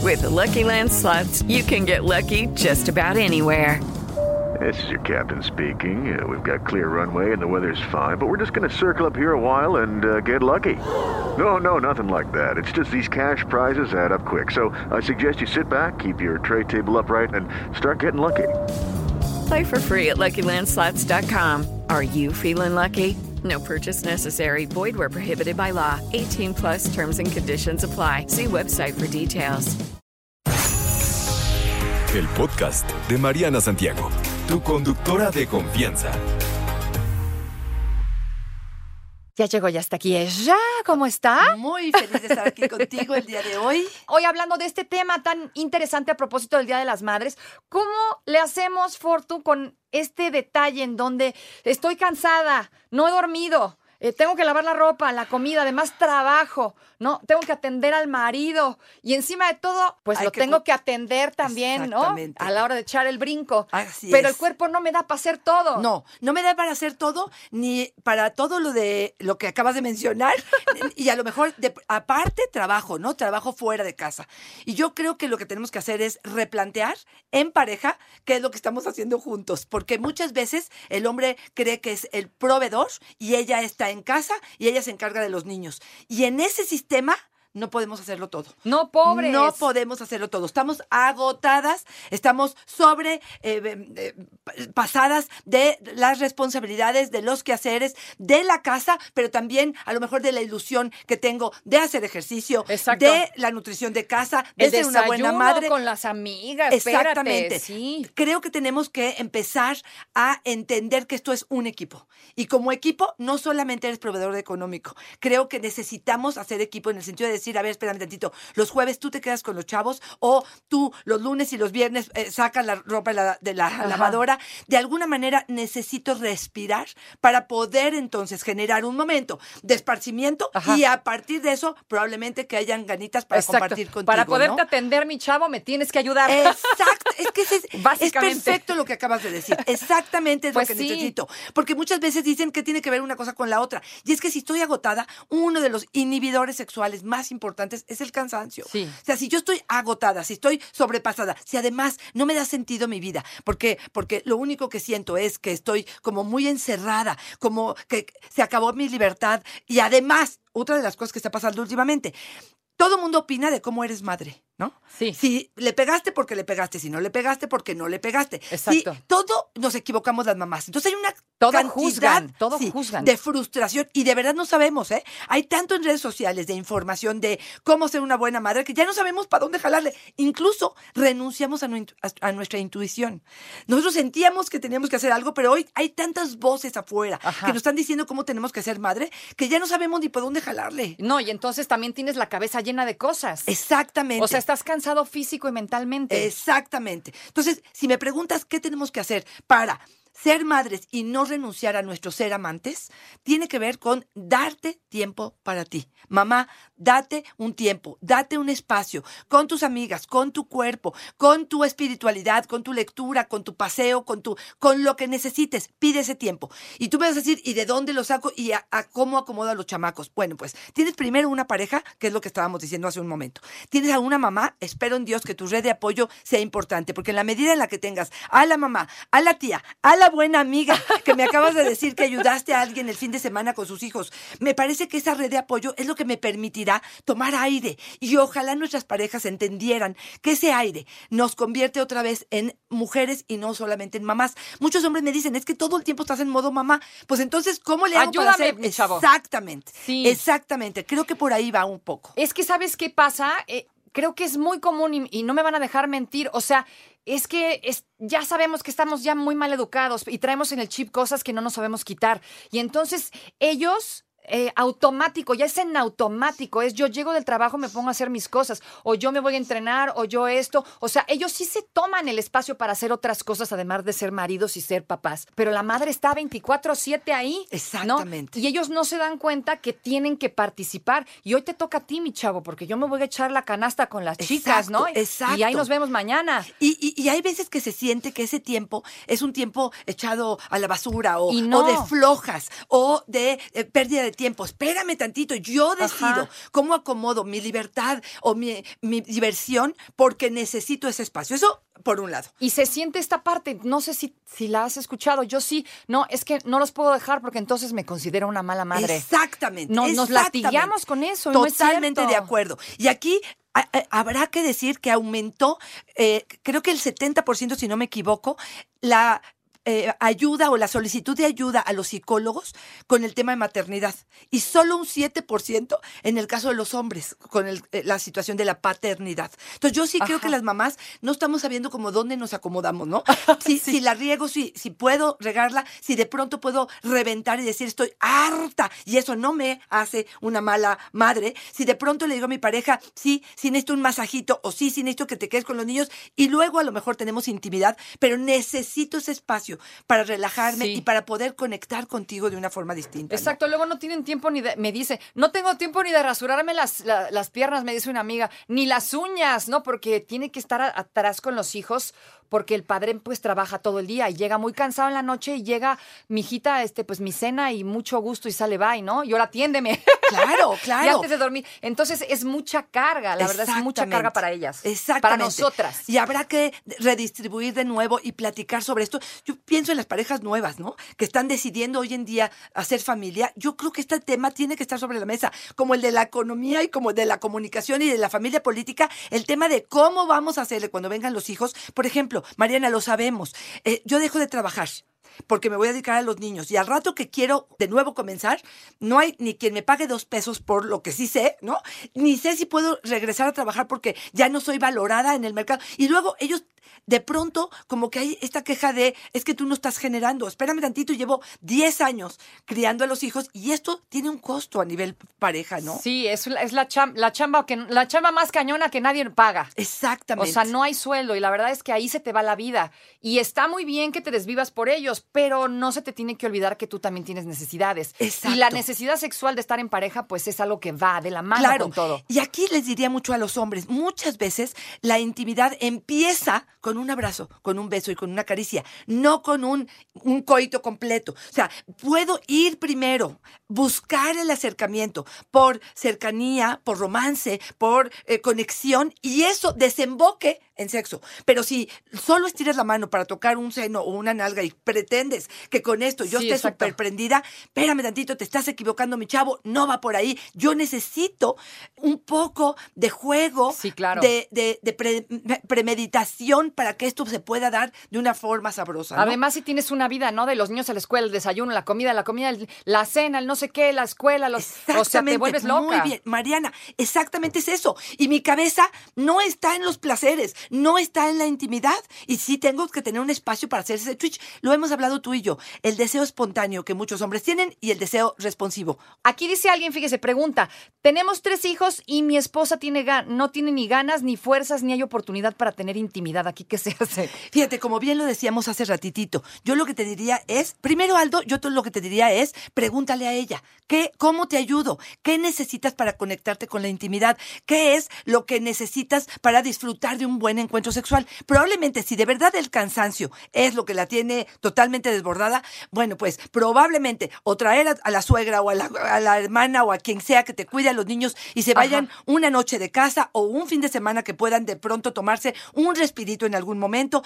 With the Lucky Land Slots, you can get lucky just about anywhere. This is your captain speaking. We've got clear runway and the weather's fine, but we're just going to circle up here a while and get lucky. No, nothing like that. It's just these cash prizes add up quick. So I suggest you sit back, keep your tray table upright, and start getting lucky. Play for free at LuckyLandSlots.com. Are you feeling lucky? No purchase necessary. Void where prohibited by law. 18 plus terms and conditions apply. See website for details. El podcast de Mariana Santiago, tu conductora de confianza. Ya llegó, ya está aquí ella. ¿Cómo está? Muy feliz de estar aquí contigo el día de hoy. Hoy hablando de este tema tan interesante a propósito del Día de las Madres. ¿Cómo le hacemos, Fortu, con este detalle en donde estoy cansada, no he dormido, tengo que lavar la ropa, la comida, además trabajo, ¿no? Tengo que atender al marido y encima de todo, pues lo tengo que atender también, ¿no? A la hora de echar el brinco. Así Pero es. el cuerpo no me da para hacer todo. No me da para hacer todo, ni para todo lo que acabas de mencionar. Y a lo mejor, aparte, trabajo, ¿no? Trabajo fuera de casa. Y yo creo que lo que tenemos que hacer es replantear en pareja qué es lo que estamos haciendo juntos. Porque muchas veces el hombre cree que es el proveedor y ella está en casa y ella se encarga de los niños. Y en ese sistema no podemos hacerlo todo. No, pobres. No podemos hacerlo todo. Estamos agotadas, estamos pasadas de las responsabilidades, de los quehaceres, de la casa, pero también a lo mejor de la ilusión que tengo de hacer ejercicio, Exacto. de la nutrición de casa, de el ser una buena madre. con las amigas. Exactamente. Espérate, sí. Creo que tenemos que empezar a entender que esto es un equipo. Y como equipo, no solamente eres proveedor económico. Creo que necesitamos hacer equipo en el sentido de decir, a ver, espérame tantito, los jueves tú te quedas con los chavos o tú los lunes y los viernes sacas la ropa de la lavadora. De alguna manera necesito respirar para poder entonces generar un momento de esparcimiento. Ajá. Y a partir de eso probablemente que hayan ganitas para compartir contigo. Para poderte ¿no? atender, mi chavo, me tienes que ayudar. Exacto, es que es Básicamente. perfecto lo que acabas de decir. Exactamente es Pues lo que sí. necesito. Porque muchas veces dicen que tiene que ver una cosa con la otra. Y es que si estoy agotada, uno de los inhibidores sexuales más importantes es el cansancio. Sí. O sea, si yo estoy agotada, si estoy sobrepasada, si además no me da sentido mi vida, porque lo único que siento es que estoy como muy encerrada, como que se acabó mi libertad. Y además, otra de las cosas que está pasando últimamente, todo el mundo opina de cómo eres madre, ¿no? Sí. Si le pegaste, porque le pegaste. Si no le pegaste, porque no le pegaste. Exacto. Si todo nos equivocamos las mamás. Entonces hay una Todo cantidad juzgan. de frustración y de verdad no sabemos, ¿eh? Hay tanto en redes sociales de información de cómo ser una buena madre que ya no sabemos para dónde jalarle. Incluso renunciamos a nuestra intuición. Nosotros sentíamos que teníamos que hacer algo, pero hoy hay tantas voces afuera que nos están diciendo cómo tenemos que ser madre que ya no sabemos ni para dónde jalarle. No, y entonces también tienes la cabeza llena de cosas. Exactamente. O sea, estás cansado físico y mentalmente. Exactamente. Entonces, si me preguntas qué tenemos que hacer para ser madres y no renunciar a nuestro ser amantes, tiene que ver con darte tiempo para ti. Mamá, date un tiempo, date un espacio con tus amigas, con tu cuerpo, con tu espiritualidad, con tu lectura, con tu paseo, con lo que necesites. Pide ese tiempo. Y tú me vas a decir, ¿y de dónde lo saco? ¿Y a cómo acomodo a los chamacos? Bueno, pues tienes primero una pareja, que es lo que estábamos diciendo hace un momento. Tienes a una mamá, espero en Dios que tu red de apoyo sea importante, porque en la medida en la que tengas a la mamá, a la tía, a la buena amiga que me acabas de decir que ayudaste a alguien el fin de semana con sus hijos, me parece que esa red de apoyo es lo que me permitirá tomar aire y ojalá nuestras parejas entendieran que ese aire nos convierte otra vez en mujeres y no solamente en mamás. Muchos hombres me dicen, es que todo el tiempo estás en modo mamá. Pues entonces, ¿cómo le hago para Ayúdame, hacer? mi chavo. Exactamente, Sí. exactamente. Creo que por ahí va un poco. Es que, ¿sabes qué pasa? Creo que es muy común y no me van a dejar mentir. O sea, es que ya sabemos que estamos ya muy mal educados y traemos en el chip cosas que no nos sabemos quitar. Y entonces ellos... automático, ya es en automático, es yo llego del trabajo, me pongo a hacer mis cosas, o yo me voy a entrenar, o yo esto, o sea, ellos sí se toman el espacio para hacer otras cosas, además de ser maridos y ser papás, pero la madre está 24/7 ahí, Exactamente. ¿no? Y ellos no se dan cuenta que tienen que participar, y hoy te toca a ti, mi chavo, porque yo me voy a echar la canasta con las chicas, ¿no? Exacto. Y ahí nos vemos mañana. Y hay veces que se siente que ese tiempo es un tiempo echado a la basura o Y no. de flojas o de pérdida de de tiempo. Espérame tantito, yo decido cómo acomodo mi libertad o mi diversión porque necesito ese espacio. Eso por un lado. Y se siente esta parte, no sé si la has escuchado, yo sí, no, es que no los puedo dejar porque entonces me considero una mala madre. Exactamente. Nos latigueamos con eso. Totalmente no es de acuerdo. Y aquí habrá que decir que aumentó, creo que el 70%, si no me equivoco, la ayuda o la solicitud de ayuda a los psicólogos con el tema de maternidad y solo un 7% en el caso de los hombres con la situación de la paternidad. Entonces yo sí creo que las mamás no estamos sabiendo como dónde nos acomodamos, ¿no? Si la riego, si puedo regarla, si de pronto puedo reventar y decir estoy harta y eso no me hace una mala madre, si de pronto le digo a mi pareja sí necesito un masajito o sí necesito que te quedes con los niños y luego a lo mejor tenemos intimidad, pero necesito ese espacio para relajarme y para poder conectar contigo de una forma distinta. Exacto, ¿no? Luego no tienen tiempo me dice, no tengo tiempo ni de rasurarme las piernas, me dice una amiga, ni las uñas, ¿no? Porque tiene que estar atrás con los hijos, porque el padre pues trabaja todo el día y llega muy cansado en la noche y llega mi hijita, pues mi cena y mucho gusto y sale bye, ¿no? Y ahora atiéndeme. Claro. Y antes de dormir. Entonces es mucha carga, la verdad es mucha carga para ellas. Exactamente. Para nosotras. Y habrá que redistribuir de nuevo y platicar sobre esto. Yo pienso en las parejas nuevas, ¿no? Que están decidiendo hoy en día hacer familia. Yo creo que este tema tiene que estar sobre la mesa, como el de la economía y como el de la comunicación y de la familia política, el tema de cómo vamos a hacerle cuando vengan los hijos. Por ejemplo, Mariana, lo sabemos, yo dejo de trabajar porque me voy a dedicar a los niños y al rato que quiero de nuevo comenzar, no hay ni quien me pague 2 pesos por lo que sí sé, ¿no? Ni sé si puedo regresar a trabajar porque ya no soy valorada en el mercado. Y luego ellos de pronto como que hay esta queja de es que tú no estás generando, espérame tantito, llevo 10 años criando a los hijos y esto tiene un costo a nivel pareja, ¿no? Sí, es la chamba más cañona que nadie paga. Exactamente. O sea, no hay sueldo y la verdad es que ahí se te va la vida. Y está muy bien que te desvivas por ellos, pero no se te tiene que olvidar que tú también tienes necesidades. Exacto. Y la necesidad sexual de estar en pareja, pues es algo que va de la mano con todo. Y aquí les diría mucho a los hombres, muchas veces la intimidad empieza con un abrazo, con un beso y con una caricia, no con un coito completo. O sea, puedo ir primero, buscar el acercamiento por cercanía, por romance, por conexión y eso desemboque en sexo. Pero si solo estiras la mano para tocar un seno o una nalga y pretendes que con esto yo esté súper prendida, espérame tantito, te estás equivocando, mi chavo, no va por ahí. Yo necesito un poco de juego, de premeditación para que esto se pueda dar de una forma sabrosa, ¿no? Además, si tienes una vida, ¿no? De los niños a la escuela, el desayuno, la comida, la cena, el no sé qué, la escuela, o sea, te vuelves loca. Muy bien, Mariana, exactamente es eso. Y mi cabeza no está en los placeres, no está en la intimidad. Y sí tengo que tener un espacio para hacer ese switch. Lo hemos hablado tú y yo. El deseo espontáneo que muchos hombres tienen y el deseo responsivo. Aquí dice alguien, fíjese, pregunta, tenemos 3 hijos y mi esposa no tiene ni ganas, ni fuerzas, ni hay oportunidad para tener intimidad. ¿Aquí qué se hace? Fíjate, como bien lo decíamos hace ratitito, yo lo que te diría es, primero Aldo, lo que te diría es, pregúntale a ella, ¿cómo te ayudo? ¿Qué necesitas para conectarte con la intimidad? ¿Qué es lo que necesitas para disfrutar de un buen encuentro sexual? Probablemente, si de verdad el cansancio es lo que la tiene totalmente desbordada, bueno, pues probablemente o traer a la suegra o a la hermana o a quien sea que te cuide a los niños y se vayan una noche de casa o un fin de semana que puedan de pronto tomarse un respirito en algún momento,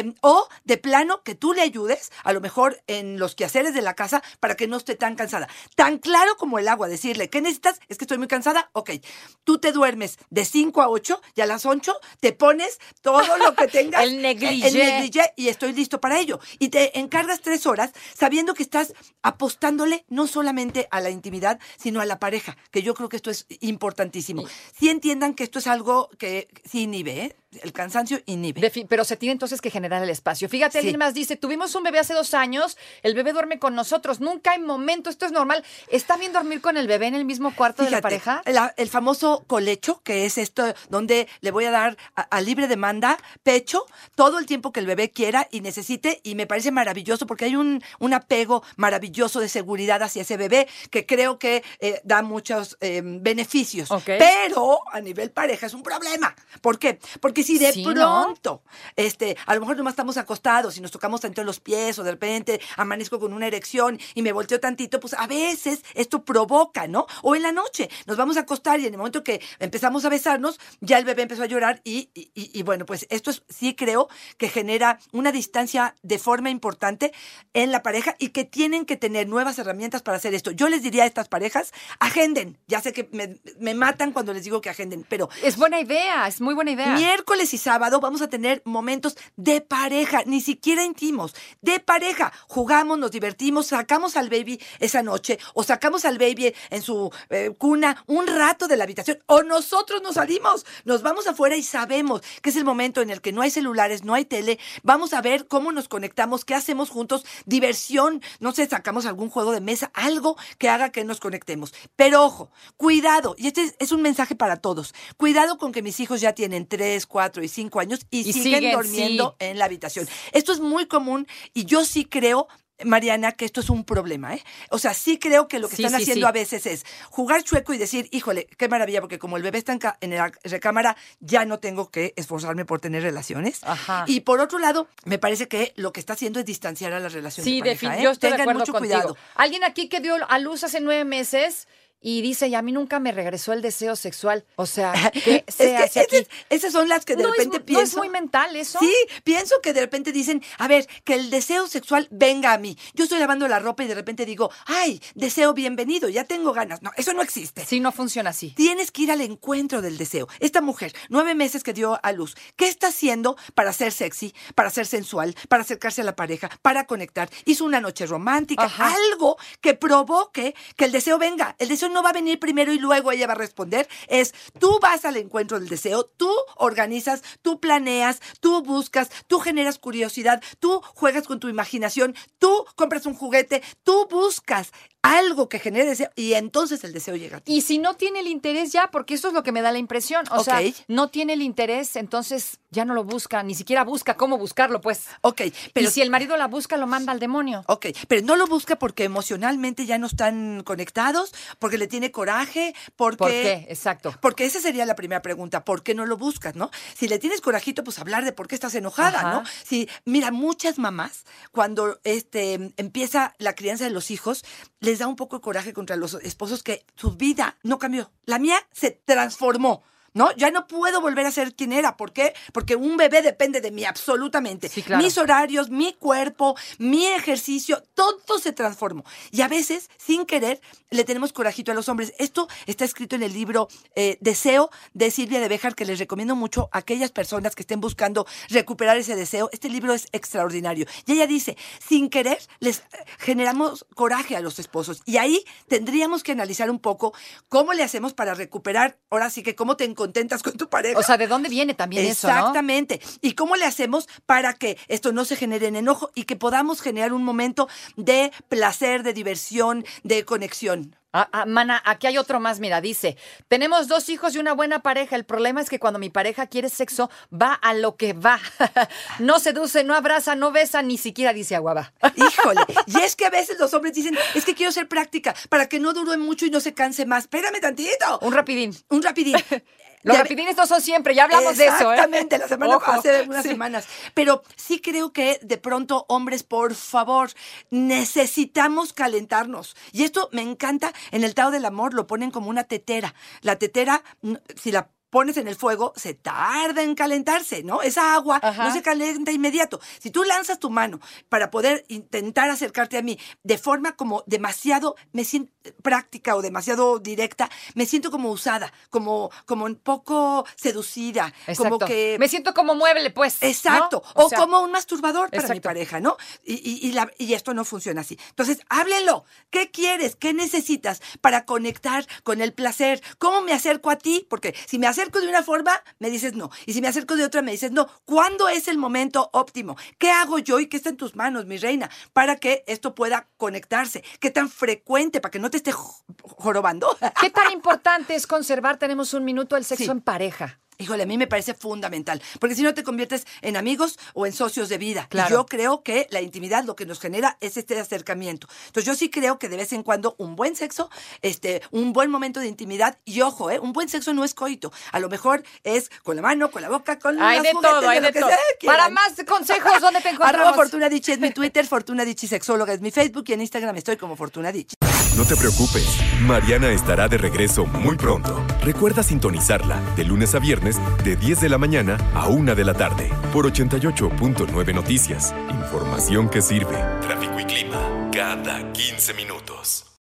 o de plano que tú le ayudes, a lo mejor en los quehaceres de la casa para que no esté tan cansada. Tan claro como el agua, decirle, ¿qué necesitas? Es que estoy muy cansada, ok. Tú te duermes de 5 a 8 y a las 8 te pones todo lo que tengas. El negligé y estoy listo para ello. Y te encargas 3 horas sabiendo que estás apostándole no solamente a la intimidad, sino a la pareja, que yo creo que esto es importantísimo. Sí entiendan que esto es algo que sí inhibe, ¿eh? El cansancio inhibe. Pero se tiene entonces que generar el espacio. Fíjate, alguien más dice, tuvimos un bebé hace 2 años, el bebé duerme con nosotros, nunca hay momento, esto es normal. ¿Está bien dormir con el bebé en el mismo cuarto de la pareja? El famoso colecho, que es esto donde le voy a dar a libre demanda pecho todo el tiempo que el bebé quiera y necesite, y me parece maravilloso porque hay un apego maravilloso de seguridad hacia ese bebé que creo que da muchos beneficios. Okay. Pero a nivel pareja es un problema. ¿Por qué? Porque que si de Sí, pronto, a lo mejor nomás estamos acostados y nos tocamos tantito los pies o de repente amanezco con una erección y me volteo tantito, pues a veces esto provoca, ¿no? O en la noche nos vamos a acostar y en el momento que empezamos a besarnos, ya el bebé empezó a llorar y bueno, pues esto sí creo que genera una distancia de forma importante en la pareja y que tienen que tener nuevas herramientas para hacer esto. Yo les diría a estas parejas, agenden. Ya sé que me matan cuando les digo que agenden, pero Es buena idea, es muy buena idea. miércoles y sábado vamos a tener momentos de pareja, ni siquiera íntimos, de pareja. Jugamos, nos divertimos, sacamos al baby esa noche o sacamos al baby en su cuna un rato de la habitación o nosotros nos salimos, nos vamos afuera y sabemos que es el momento en el que no hay celulares, no hay tele. Vamos a ver cómo nos conectamos, qué hacemos juntos, diversión, no sé, sacamos algún juego de mesa, algo que haga que nos conectemos. Pero ojo, cuidado, y este es un mensaje para todos, cuidado con que mis hijos ya tienen 3, 4 y 5 años y siguen durmiendo en la habitación. Esto es muy común y yo sí creo, Mariana, que esto es un problema, ¿eh? O sea, sí creo que lo que están haciendo a veces es jugar chueco y decir, híjole, qué maravilla, porque como el bebé está en la recámara, ya no tengo que esforzarme por tener relaciones. Ajá. Y por otro lado, me parece que lo que está haciendo es distanciar a la relación de pareja, yo estoy de Tengan acuerdo mucho contigo. cuidado. Alguien aquí que dio a luz hace 9 meses y dice, y a mí nunca me regresó el deseo sexual. O sea, ¿qué se hace aquí? Esas son las que de repente ¿No pienso. es muy mental eso? Sí, pienso que de repente dicen, a ver, que el deseo sexual venga a mí. Yo estoy lavando la ropa y de repente digo, ay, deseo bienvenido, ya tengo ganas. No, eso no existe. Sí, no funciona así. Tienes que ir al encuentro del deseo. Esta mujer, 9 meses que dio a luz, ¿qué está haciendo para ser sexy, para ser sensual, para acercarse a la pareja, para conectar? Hizo una noche romántica, Ajá. algo que provoque que el deseo venga. El deseo no va a venir primero y luego ella va a responder. Tú vas al encuentro del deseo, tú organizas, tú planeas, tú buscas, tú generas curiosidad, tú juegas con tu imaginación, tú compras un juguete, tú buscas algo que genere deseo y entonces el deseo llega a ti. Y si no tiene el interés ya, porque eso es lo que me da la impresión, o sea, no tiene el interés, entonces ya no lo busca, ni siquiera busca cómo buscarlo, pues. Ok, pero y si el marido la busca, lo manda al demonio. Ok, pero no lo busca porque emocionalmente ya no están conectados, porque le tiene coraje, porque... ¿Por qué? Exacto. Porque esa sería la primera pregunta, ¿por qué no lo buscas, no? Si le tienes corajito, pues hablar de por qué estás enojada, Ajá. ¿no? Si, mira, muchas mamás, cuando empieza la crianza de los hijos, les da un poco de coraje contra los esposos que su vida no cambió. La mía se transformó. ¿No? Ya no puedo volver a ser quien era. ¿Por qué? Porque un bebé depende de mí absolutamente. Sí, claro. Mis horarios, mi cuerpo, mi ejercicio, todo se transformó. Y a veces, sin querer, le tenemos corajito a los hombres. Esto está escrito en el libro Deseo de Silvia de Béjar, que les recomiendo mucho a aquellas personas que estén buscando recuperar ese deseo. Este libro es extraordinario. Y ella dice, sin querer, les generamos coraje a los esposos. Y ahí tendríamos que analizar un poco cómo le hacemos para recuperar, ahora sí que cómo te contentas con tu pareja. O sea, ¿de dónde viene también eso, no? Exactamente. ¿Y cómo le hacemos para que esto no se genere en enojo y que podamos generar un momento de placer, de diversión, de conexión? Mana, aquí hay otro más, mira, dice, tenemos 2 hijos y una buena pareja, el problema es que cuando mi pareja quiere sexo, va a lo que va, no seduce, no abraza, no besa, ni siquiera dice agua va. Híjole, y es que a veces los hombres dicen, es que quiero ser práctica, para que no dure mucho y no se canse más. Espérame tantito. Un rapidín. Un rapidín. Los rapidines no son siempre, ya hablamos de eso, ¿eh? Exactamente, la semana Ojo. hace unas semanas. Pero sí creo que de pronto, hombres, por favor, necesitamos calentarnos. Y esto me encanta, en el Tao del Amor lo ponen como una tetera. La tetera, si la pones en el fuego, se tarda en calentarse, ¿no? Esa agua no se calienta inmediato. Si tú lanzas tu mano para poder intentar acercarte a mí de forma como demasiado, me siento práctica o demasiado directa, me siento como usada, como un poco seducida, Exacto. como que... Me siento como mueble, pues. Exacto, ¿no? o sea, como un masturbador para mi exacto. pareja, ¿no? Y esto no funciona así. Entonces, háblenlo. ¿Qué quieres? ¿Qué necesitas para conectar con el placer? ¿Cómo me acerco a ti? Porque si me acerco de una forma, me dices no. Y si me acerco de otra, me dices no. ¿Cuándo es el momento óptimo? ¿Qué hago yo y qué está en tus manos, mi reina, para que esto pueda conectarse? ¿Qué tan frecuente para que no te esté jorobando? ¿Qué tan importante es conservar, tenemos un minuto, el sexo Sí. en pareja? Híjole, a mí me parece fundamental, porque si no te conviertes en amigos o en socios de vida. Claro. Y yo creo que la intimidad lo que nos genera es este acercamiento. Entonces yo sí creo que de vez en cuando un buen sexo, un buen momento de intimidad, y ojo, un buen sexo no es coito. A lo mejor es con la mano, con la boca, con Hay los de juguetes, todo, hay lo de que todo. sea, quieran. Para más consejos, ¿dónde te encontramos? @Fortuna Dicci es mi Twitter, Fortuna Dicci Sexóloga es mi Facebook y en Instagram estoy como Fortuna Dicci. No te preocupes, Mariana estará de regreso muy pronto. Recuerda sintonizarla de lunes a viernes de 10 de la mañana a 1 de la tarde por 88.9 Noticias. Información que sirve. Tráfico y clima cada 15 minutos.